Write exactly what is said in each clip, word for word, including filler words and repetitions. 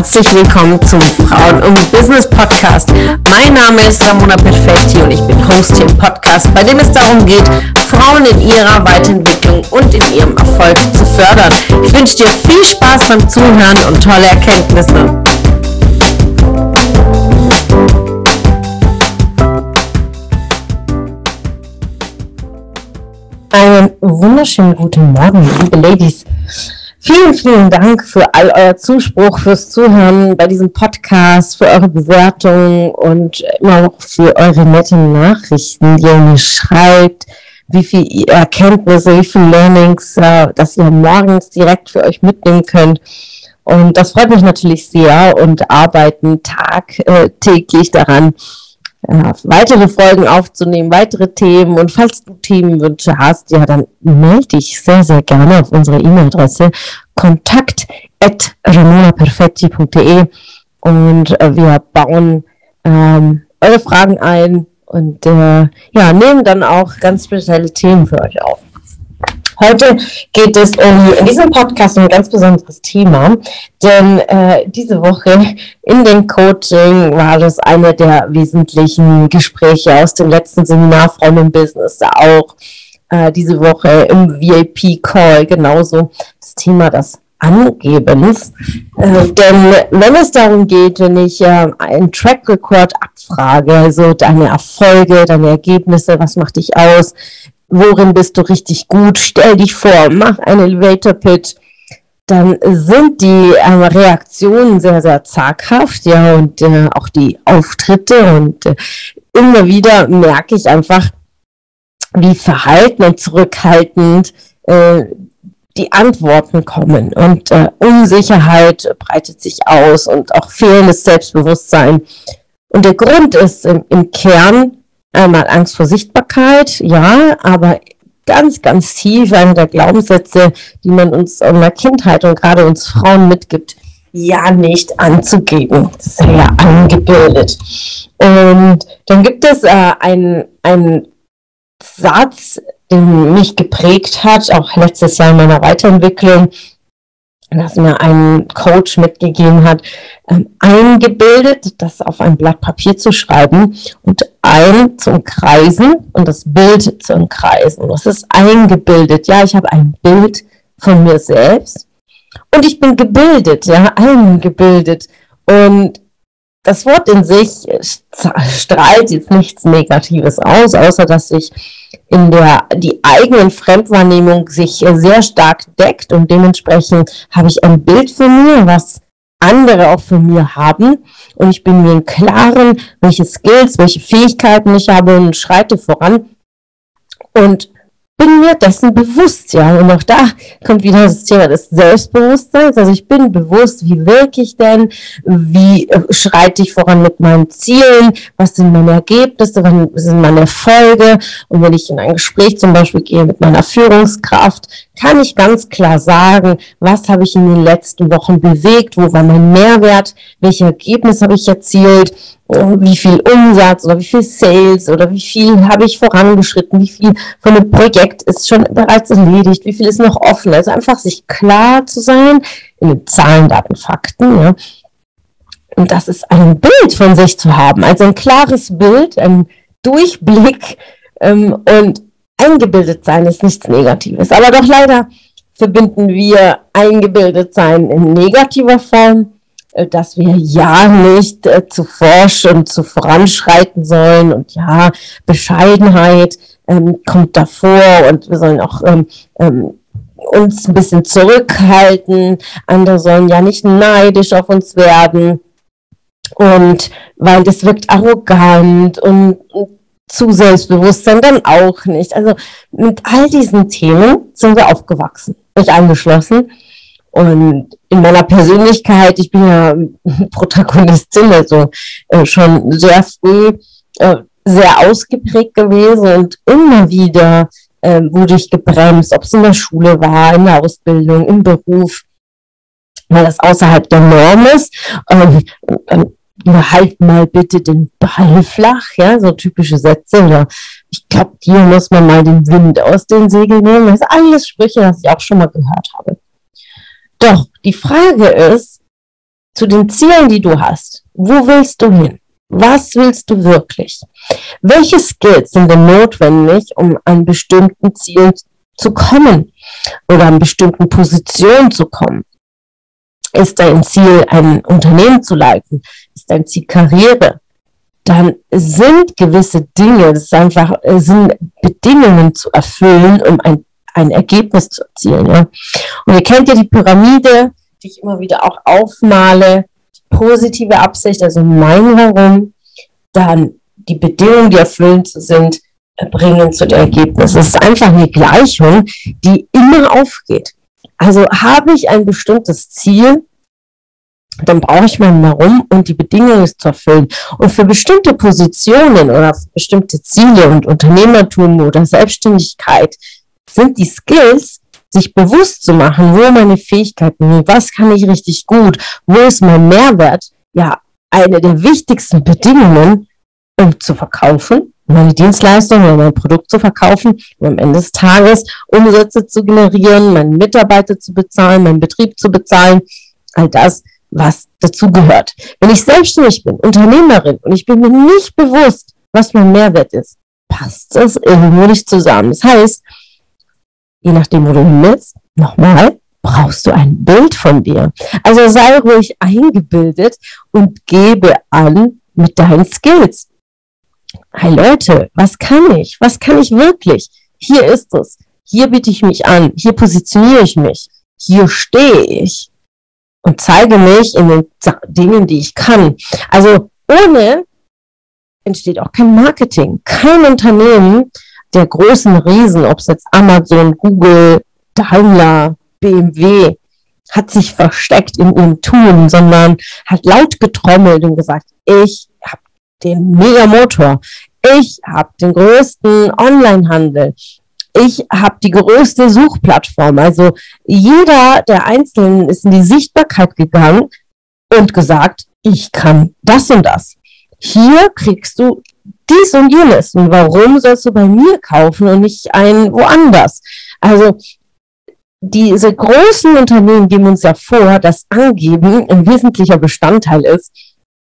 herzlich willkommen zum Frauen und Business Podcast. Mein Name ist Ramona Perfetti und ich bin Host hier im Podcast, bei dem es darum geht, Frauen in ihrer Weiterentwicklung und in ihrem Erfolg zu fördern. Ich wünsche dir viel Spaß beim Zuhören und tolle Erkenntnisse. Einen wunderschönen guten Morgen, liebe Ladies. Vielen, vielen Dank für all euer Zuspruch, fürs Zuhören bei diesem Podcast, für eure Bewertungen und immer auch für eure netten Nachrichten, die ihr mir schreibt, wie viel Erkenntnisse, wie viel Learnings, äh, dass ihr morgens direkt für euch mitnehmen könnt. Und das freut mich natürlich sehr und arbeiten tagtäglich daran, Ja, weitere Folgen aufzunehmen, weitere Themen, und falls du Themenwünsche hast, ja, dann melde dich sehr, sehr gerne auf unsere E-Mail-Adresse kontakt at ramonaperfetti punkt de und äh, wir bauen ähm, eure Fragen ein und äh, ja, nehmen dann auch ganz spezielle Themen für euch auf. Heute geht es um in diesem Podcast um ein ganz besonderes Thema, denn äh, diese Woche in dem Coaching war das eine der wesentlichen Gespräche aus dem letzten Seminar Frauen im Business, da auch äh, diese Woche im V I P-Call genauso das Thema des Angebens. Äh, denn wenn es darum geht, wenn ich äh, einen Track Record abfrage, also deine Erfolge, deine Ergebnisse, was macht dich aus, worin bist du richtig gut, stell dich vor, mach einen Elevator Pitch, dann sind die äh, Reaktionen sehr, sehr zaghaft, ja, und äh, auch die Auftritte, und äh, immer wieder merke ich einfach, wie verhalten und zurückhaltend äh, die Antworten kommen, und äh, Unsicherheit breitet sich aus und auch fehlendes Selbstbewusstsein. Und der Grund ist im, im Kern einmal Angst vor Sichtbarkeit, ja, aber ganz, ganz tief einer der Glaubenssätze, die man uns in der Kindheit und gerade uns Frauen mitgibt, ja nicht anzugeben. Das ist ja angebildet. Und dann gibt es äh, einen, einen Satz, der mich geprägt hat, auch letztes Jahr in meiner Weiterentwicklung, das mir ein Coach mitgegeben hat, ähm, eingebildet, das auf ein Blatt Papier zu schreiben und ein zum Kreisen und das Bild zum Kreisen. Das ist eingebildet. Ja, ich habe ein Bild von mir selbst und ich bin gebildet, ja, eingebildet. Und das Wort in sich strahlt jetzt nichts Negatives aus, außer dass sich in der die eigenen Fremdwahrnehmung sich sehr stark deckt, und dementsprechend habe ich ein Bild von mir, was andere auch von mir haben, und ich bin mir im Klaren, welche Skills, welche Fähigkeiten ich habe, und schreite voran und bin mir dessen bewusst, ja, und auch da kommt wieder das Thema des Selbstbewusstseins, also ich bin bewusst, wie wirke ich denn, wie äh, schreite ich voran mit meinen Zielen, was sind meine Ergebnisse, was sind meine Erfolge, und wenn ich in ein Gespräch zum Beispiel gehe mit meiner Führungskraft, kann ich ganz klar sagen, was habe ich in den letzten Wochen bewegt, wo war mein Mehrwert, welche Ergebnisse habe ich erzielt, wie viel Umsatz oder wie viel Sales oder wie viel habe ich vorangeschritten, wie viel von dem Projekt ist schon bereits erledigt, wie viel ist noch offen. Also einfach sich klar zu sein in den Zahlen, Daten, Fakten. Ja. Und das ist ein Bild von sich zu haben, also ein klares Bild, ein Durchblick, ähm, und eingebildet sein ist nichts Negatives. Aber doch leider verbinden wir eingebildet sein in negativer Form, dass wir ja nicht äh, zu forsch und zu voranschreiten sollen, und ja, Bescheidenheit ähm, kommt davor, und wir sollen auch ähm, ähm, uns ein bisschen zurückhalten, andere sollen ja nicht neidisch auf uns werden, und weil das wirkt arrogant und, und zu Selbstbewusstsein dann auch nicht. Also mit all diesen Themen sind wir aufgewachsen, ich eingeschlossen. Und in meiner Persönlichkeit, ich bin ja Protagonistin, also äh, schon sehr früh äh, sehr ausgeprägt gewesen, und immer wieder äh, wurde ich gebremst, ob es in der Schule war, in der Ausbildung, im Beruf, weil das außerhalb der Norm ist. Ähm, ähm, halt mal bitte den Ball flach, ja, so typische Sätze, oder ich glaube, hier muss man mal den Wind aus den Segeln nehmen. Das sind alles Sprüche, die ich auch schon mal gehört habe. Doch, die Frage ist, zu den Zielen, die du hast. Wo willst du hin? Was willst du wirklich? Welche Skills sind denn notwendig, um an bestimmten Zielen zu kommen oder an bestimmten Positionen zu kommen? Ist dein Ziel, ein Unternehmen zu leiten? Ist dein Ziel Karriere? Dann sind gewisse Dinge, das ist einfach, sind Bedingungen zu erfüllen, um ein, ein Ergebnis zu erzielen. Ja? Und ihr kennt ja die Pyramide, die ich immer wieder auch aufmale. Positive Absicht, also mein Warum, dann die Bedingungen, die erfüllend sind, bringen zu dem Ergebnis. Es ist einfach eine Gleichung, die immer aufgeht. Also habe ich ein bestimmtes Ziel, dann brauche ich mein Warum und die Bedingungen es zu erfüllen. Und für bestimmte Positionen oder für bestimmte Ziele und Unternehmertum oder Selbstständigkeit sind die Skills, sich bewusst zu machen, wo meine Fähigkeiten sind, was kann ich richtig gut, wo ist mein Mehrwert, ja, eine der wichtigsten Bedingungen, um zu verkaufen, meine Dienstleistung oder mein Produkt zu verkaufen, um am Ende des Tages Umsätze zu generieren, meinen Mitarbeiter zu bezahlen, meinen Betrieb zu bezahlen, all das, was dazu gehört. Wenn ich selbstständig bin, Unternehmerin, und ich bin mir nicht bewusst, was mein Mehrwert ist, passt das irgendwo nicht zusammen. Das heißt, je nachdem, wo du hin willst, nochmal, brauchst du ein Bild von dir. Also sei ruhig eingebildet und gebe an mit deinen Skills. Hey Leute, was kann ich? Was kann ich wirklich? Hier ist es. Hier biete ich mich an. Hier positioniere ich mich. Hier stehe ich und zeige mich in den Dingen, die ich kann. Also ohne entsteht auch kein Marketing. Kein Unternehmen der großen Riesen, ob es jetzt Amazon, Google, Daimler, B M W, hat sich versteckt in ihrem Tun, sondern hat laut getrommelt und gesagt, ich habe den Megamotor, ich habe den größten Onlinehandel, ich habe die größte Suchplattform. Also jeder der Einzelnen ist in die Sichtbarkeit gegangen und gesagt, ich kann das und das. Hier kriegst du dies und jenes. Und warum sollst du bei mir kaufen und nicht ein woanders? Also diese großen Unternehmen geben uns ja vor, dass Angeben ein wesentlicher Bestandteil ist,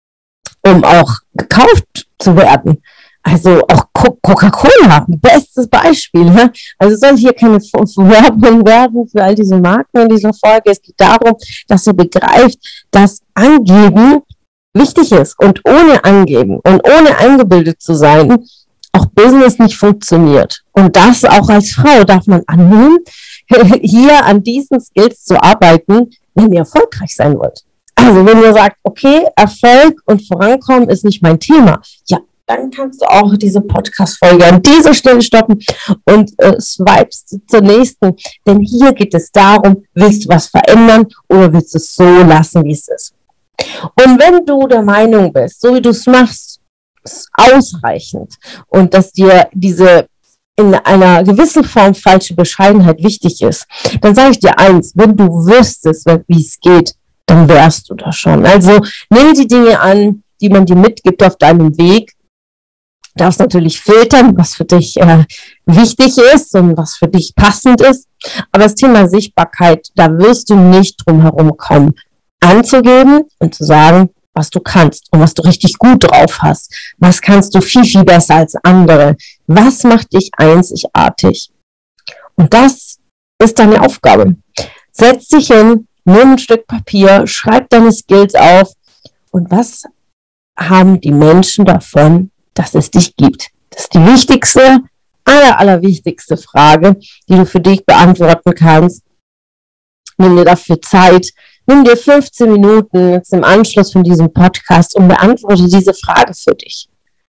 um auch gekauft zu werden. Also auch Coca-Cola, bestes Beispiel. Ne? Also es soll hier keine Werbung werden für all diese Marken in dieser Folge. Es geht darum, dass ihr begreift, dass Angeben wichtig ist und ohne Angeben und ohne eingebildet zu sein, auch Business nicht funktioniert. Und das auch als Frau darf man annehmen, hier an diesen Skills zu arbeiten, wenn ihr erfolgreich sein wollt. Also wenn ihr sagt, okay, Erfolg und Vorankommen ist nicht mein Thema, ja, dann kannst du auch diese Podcast-Folge an dieser Stelle stoppen und äh, swipest zur nächsten. Denn hier geht es darum, willst du was verändern oder willst du es so lassen, wie es ist? Und wenn du der Meinung bist, so wie du es machst, ist ausreichend und dass dir diese in einer gewissen Form falsche Bescheidenheit wichtig ist, dann sage ich dir eins, wenn du wüsstest, wie es geht, dann wärst du da schon. Also nimm die Dinge an, die man dir mitgibt auf deinem Weg. Du darfst natürlich filtern, was für dich äh, wichtig ist und was für dich passend ist. Aber das Thema Sichtbarkeit, da wirst du nicht drum herum kommen, anzugeben und zu sagen, was du kannst und was du richtig gut drauf hast. Was kannst du viel, viel besser als andere? Was macht dich einzigartig? Und das ist deine Aufgabe. Setz dich hin, nimm ein Stück Papier, schreib deine Skills auf. Und was haben die Menschen davon, dass es dich gibt? Das ist die wichtigste, aller, allerwichtigste Frage, die du für dich beantworten kannst. Nimm dir dafür Zeit. Nimm dir fünfzehn Minuten jetzt im Anschluss von diesem Podcast und beantworte diese Frage für dich.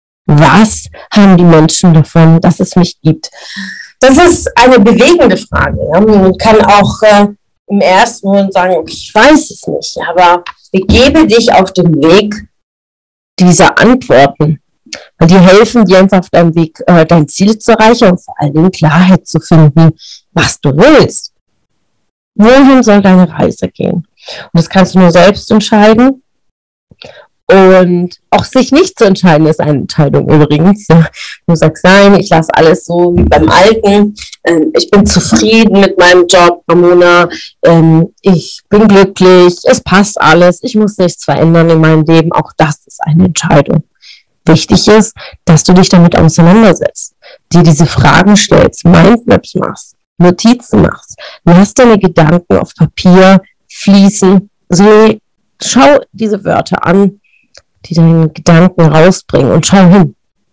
Was haben die Menschen davon, dass es mich gibt? Das ist eine bewegende Frage. Ja? Man kann auch äh, im ersten Moment sagen, okay, ich weiß es nicht, aber begebe dich auf den Weg dieser Antworten. Weil die helfen dir einfach auf deinem Weg, äh, dein Ziel zu erreichen und vor allen Dingen Klarheit zu finden, was du willst. Wohin soll deine Reise gehen? Und das kannst du nur selbst entscheiden. Und auch sich nicht zu entscheiden, ist eine Entscheidung übrigens. Du sagst, nein, ich lasse alles so wie beim Alten. Ähm, ich bin zufrieden mit meinem Job, Ramona. Ähm, ich bin glücklich, es passt alles. Ich muss nichts verändern in meinem Leben. Auch das ist eine Entscheidung. Wichtig ist, dass du dich damit auseinandersetzt, dir diese Fragen stellst, Mindmaps machst, Notizen machst. Lass deine Gedanken auf Papier fließen. So, schau diese Wörter an, die deinen Gedanken rausbringen, und schau hin.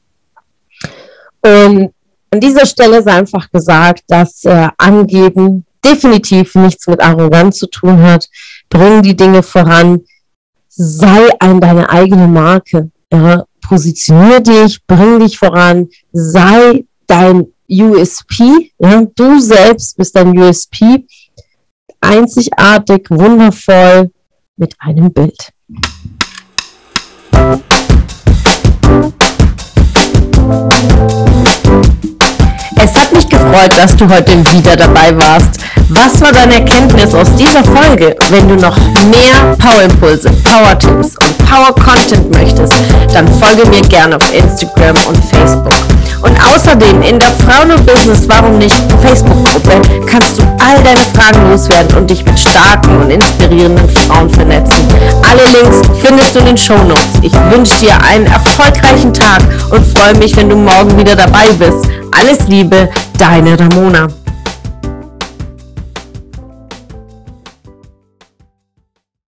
Und an dieser Stelle ist einfach gesagt, dass äh, Angeben definitiv nichts mit Arroganz zu tun hat. Bring die Dinge voran, sei ein deine eigene Marke. Ja? Positionier dich, bring dich voran, sei dein U S P. Ja? Du selbst bist dein U S P, einzigartig, wundervoll, mit einem Bild. Es hat mich gefreut, dass du heute wieder dabei warst. Was war deine Erkenntnis aus dieser Folge? Wenn du noch mehr Power-Impulse, Power-Tipps und Power-Content möchtest, dann folge mir gerne auf Instagram und Facebook. Und außerdem in der Frauen und Business Warum nicht Facebook-Gruppe kannst du all deine Fragen loswerden und dich mit starken und inspirierenden Frauen vernetzen. Alle Links findest du in den Shownotes. Ich wünsche dir einen erfolgreichen Tag und freue mich, wenn du morgen wieder dabei bist. Alles Liebe, deine Ramona.